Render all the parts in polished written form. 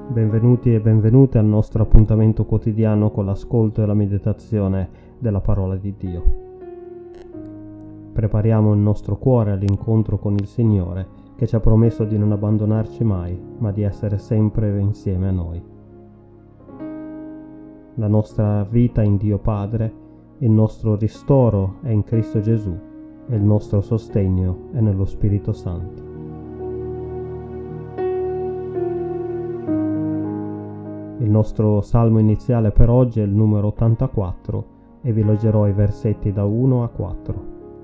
Benvenuti e benvenute al nostro appuntamento quotidiano con l'ascolto e la meditazione della parola di Dio. Prepariamo il nostro cuore all'incontro con il Signore, che ci ha promesso di non abbandonarci mai, ma di essere sempre insieme a noi. La nostra vita in Dio Padre, il nostro ristoro è in Cristo Gesù e il nostro sostegno è nello Spirito Santo. Il nostro salmo iniziale per oggi è il numero 84 e vi leggerò i versetti da 1 a 4.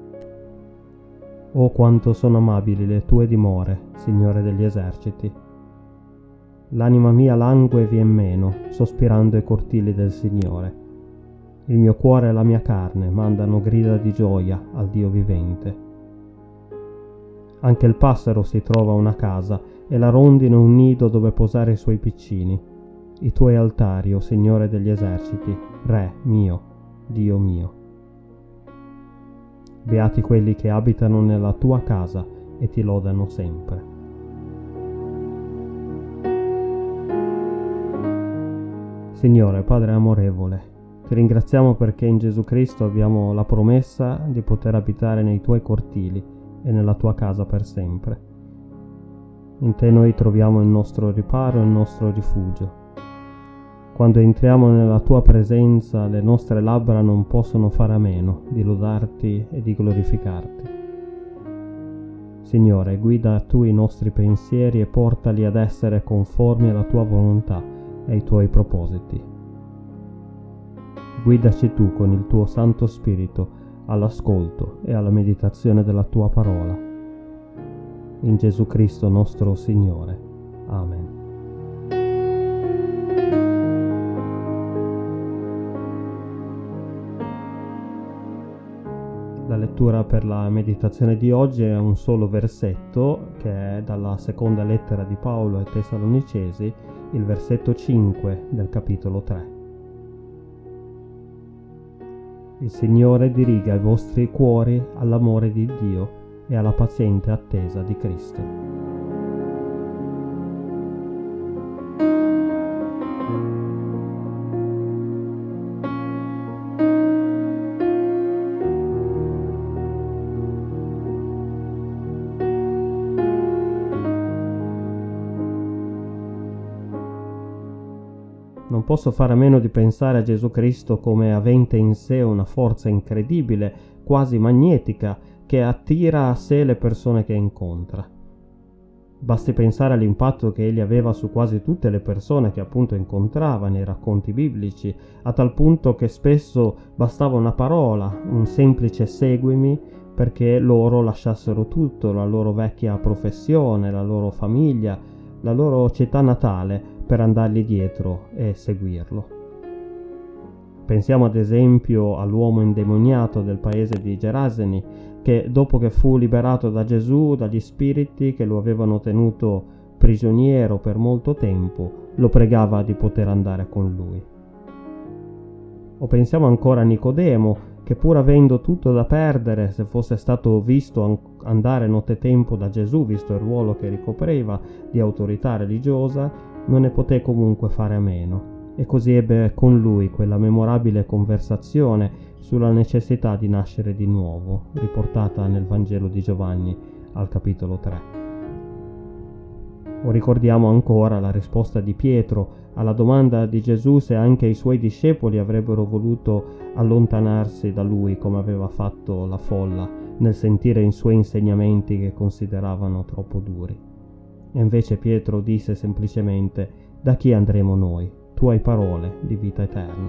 Oh, quanto sono amabili le tue dimore, Signore degli eserciti! L'anima mia langue e vien meno, sospirando ai cortili del Signore. Il mio cuore e la mia carne mandano grida di gioia al Dio vivente. Anche il passero si trova una casa e la rondine un nido dove posare i suoi piccini. I tuoi altari, o Signore degli eserciti, Re mio, Dio mio. Beati quelli che abitano nella tua casa e ti lodano sempre. Signore, Padre amorevole, ti ringraziamo perché in Gesù Cristo abbiamo la promessa di poter abitare nei tuoi cortili e nella tua casa per sempre. In te noi troviamo il nostro riparo e il nostro rifugio. Quando entriamo nella tua presenza, le nostre labbra non possono fare a meno di lodarti e di glorificarti. Signore, guida tu i nostri pensieri e portali ad essere conformi alla tua volontà e ai tuoi propositi. Guidaci tu con il tuo Santo Spirito all'ascolto e alla meditazione della tua parola. In Gesù Cristo nostro Signore. Amen. La lettura per la meditazione di oggi è un solo versetto che è dalla seconda lettera di Paolo ai Tessalonicesi, il versetto 5 del capitolo 3. Il Signore diriga i vostri cuori all'amore di Dio e alla paziente attesa di Cristo. Non posso fare a meno di pensare a Gesù Cristo come avente in sé una forza incredibile, quasi magnetica, che attira a sé le persone che incontra. Basti pensare all'impatto che egli aveva su quasi tutte le persone che appunto incontrava nei racconti biblici, a tal punto che spesso bastava una parola, un semplice seguimi, perché loro lasciassero tutto, la loro vecchia professione, la loro famiglia, la loro città natale, per andargli dietro e seguirlo. Pensiamo ad esempio all'uomo indemoniato del paese di Geraseni, che dopo che fu liberato da Gesù, dagli spiriti che lo avevano tenuto prigioniero per molto tempo, lo pregava di poter andare con lui. O pensiamo ancora a Nicodemo, che pur avendo tutto da perdere, se fosse stato visto andare nottetempo da Gesù, visto il ruolo che ricopriva di autorità religiosa, non ne poté comunque fare a meno, e così ebbe con lui quella memorabile conversazione sulla necessità di nascere di nuovo, riportata nel Vangelo di Giovanni al capitolo 3. O ricordiamo ancora la risposta di Pietro alla domanda di Gesù se anche i suoi discepoli avrebbero voluto allontanarsi da lui come aveva fatto la folla nel sentire i suoi insegnamenti che consideravano troppo duri. E invece Pietro disse semplicemente: da chi andremo noi? Tu hai parole di vita eterna.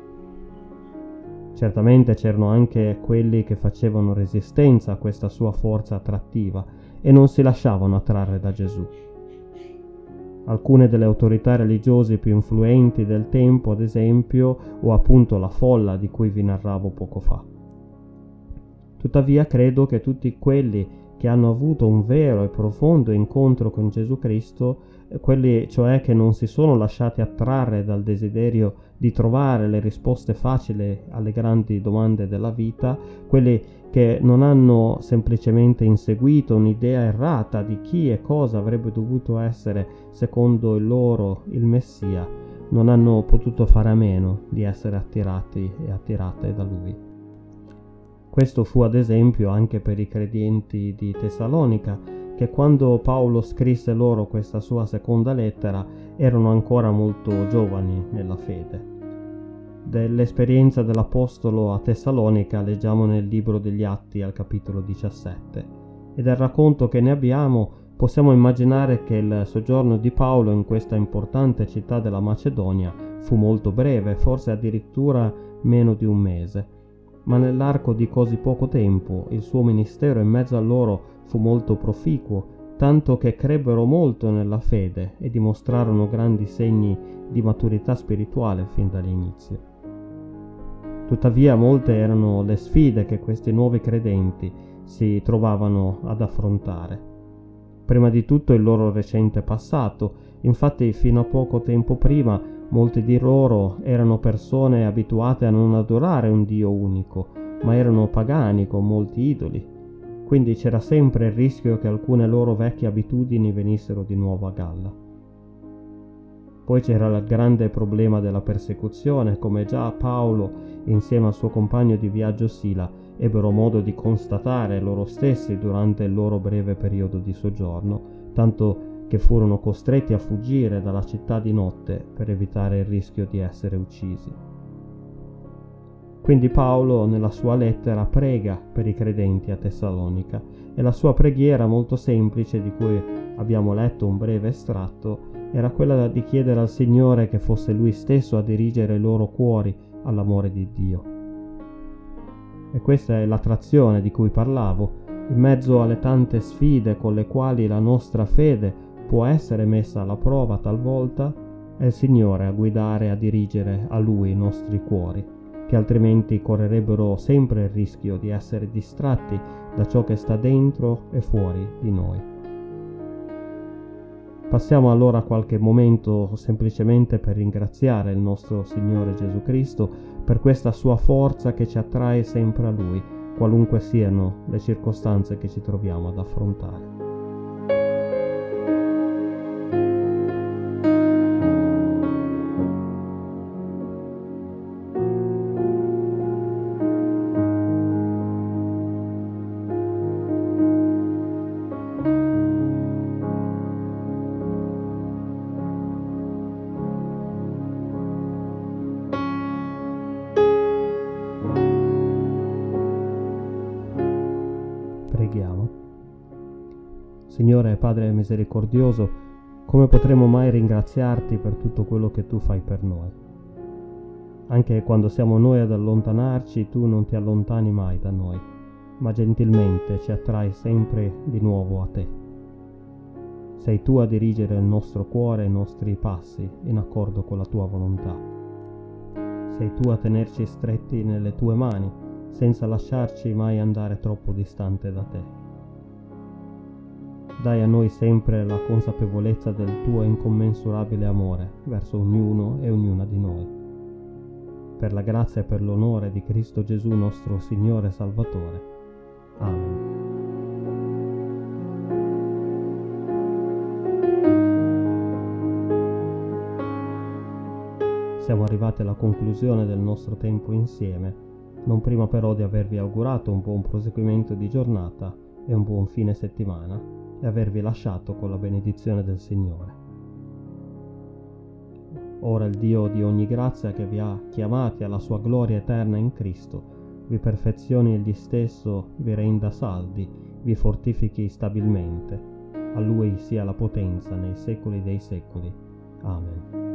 Certamente c'erano anche quelli che facevano resistenza a questa sua forza attrattiva e non si lasciavano attrarre da Gesù. Alcune delle autorità religiose più influenti del tempo, ad esempio, o appunto la folla di cui vi narravo poco fa. Tuttavia credo che tutti quelli che hanno avuto un vero e profondo incontro con Gesù Cristo, quelli cioè che non si sono lasciati attrarre dal desiderio di trovare le risposte facili alle grandi domande della vita, quelli che non hanno semplicemente inseguito un'idea errata di chi e cosa avrebbe dovuto essere secondo il Messia, non hanno potuto fare a meno di essere attirati e attirate da Lui. Questo fu ad esempio anche per i credenti di Tessalonica, che quando Paolo scrisse loro questa sua seconda lettera erano ancora molto giovani nella fede. Dell'esperienza dell'Apostolo a Tessalonica leggiamo nel libro degli Atti al capitolo 17 e del racconto che ne abbiamo possiamo immaginare che il soggiorno di Paolo in questa importante città della Macedonia fu molto breve, forse addirittura meno di un mese. Ma nell'arco di così poco tempo il suo ministero in mezzo a loro fu molto proficuo, tanto che crebbero molto nella fede e dimostrarono grandi segni di maturità spirituale fin dall'inizio. Tuttavia molte erano le sfide che questi nuovi credenti si trovavano ad affrontare. Prima di tutto il loro recente passato, infatti fino a poco tempo prima molti di loro erano persone abituate a non adorare un Dio unico, ma erano pagani con molti idoli. Quindi c'era sempre il rischio che alcune loro vecchie abitudini venissero di nuovo a galla. Poi c'era il grande problema della persecuzione, come già Paolo, insieme al suo compagno di viaggio Sila, ebbero modo di constatare loro stessi durante il loro breve periodo di soggiorno, tanto che furono costretti a fuggire dalla città di notte per evitare il rischio di essere uccisi. Quindi Paolo nella sua lettera prega per i credenti a Tessalonica e la sua preghiera molto semplice, di cui abbiamo letto un breve estratto, era quella di chiedere al Signore che fosse Lui stesso a dirigere i loro cuori all'amore di Dio. E questa è l'attrazione di cui parlavo, in mezzo alle tante sfide con le quali la nostra fede può essere messa alla prova talvolta, è il Signore a guidare e a dirigere a Lui i nostri cuori, che altrimenti correrebbero sempre il rischio di essere distratti da ciò che sta dentro e fuori di noi. Passiamo allora qualche momento semplicemente per ringraziare il nostro Signore Gesù Cristo per questa sua forza che ci attrae sempre a Lui, qualunque siano le circostanze che ci troviamo ad affrontare. Preghiamo. Signore Padre misericordioso, come potremo mai ringraziarti per tutto quello che tu fai per noi? Anche quando siamo noi ad allontanarci, tu non ti allontani mai da noi, ma gentilmente ci attrai sempre di nuovo a te. Sei tu a dirigere il nostro cuore e i nostri passi in accordo con la tua volontà. Sei tu a tenerci stretti nelle tue mani, senza lasciarci mai andare troppo distante da te. Dai a noi sempre la consapevolezza del tuo incommensurabile amore verso ognuno e ognuna di noi. Per la grazia e per l'onore di Cristo Gesù nostro Signore e Salvatore. Amen. Siamo arrivati alla conclusione del nostro tempo insieme, non prima però di avervi augurato un buon proseguimento di giornata e un buon fine settimana e avervi lasciato con la benedizione del Signore. Ora il Dio di ogni grazia, che vi ha chiamati alla sua gloria eterna in Cristo, vi perfezioni egli stesso, vi renda saldi, vi fortifichi stabilmente. A Lui sia la potenza nei secoli dei secoli. Amen.